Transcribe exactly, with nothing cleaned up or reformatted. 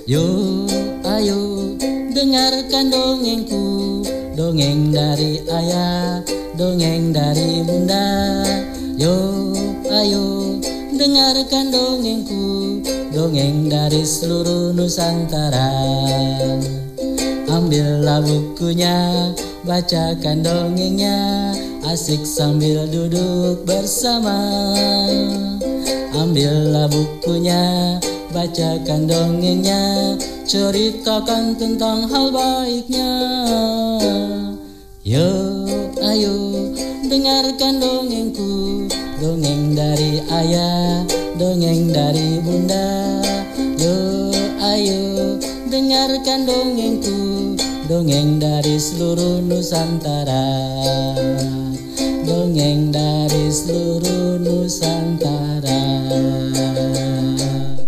Yuk, ayo, dengarkan dongengku, dongeng dari ayah, dongeng dari bunda. Yuk, ayo, dengarkan dongengku, dongeng dari seluruh Nusantara. Ambillah bukunya, bacakan dongengnya, asik sambil duduk bersama. Ambillah bukunya, bacakan dongengnya, ceritakan tentang hal baiknya. Yuk, ayo, dengarkan dongengku, dongeng dari ayah, dongeng dari bunda. Yuk, ayo, dengarkan dongengku, dongeng dari seluruh Nusantara. Dongeng dari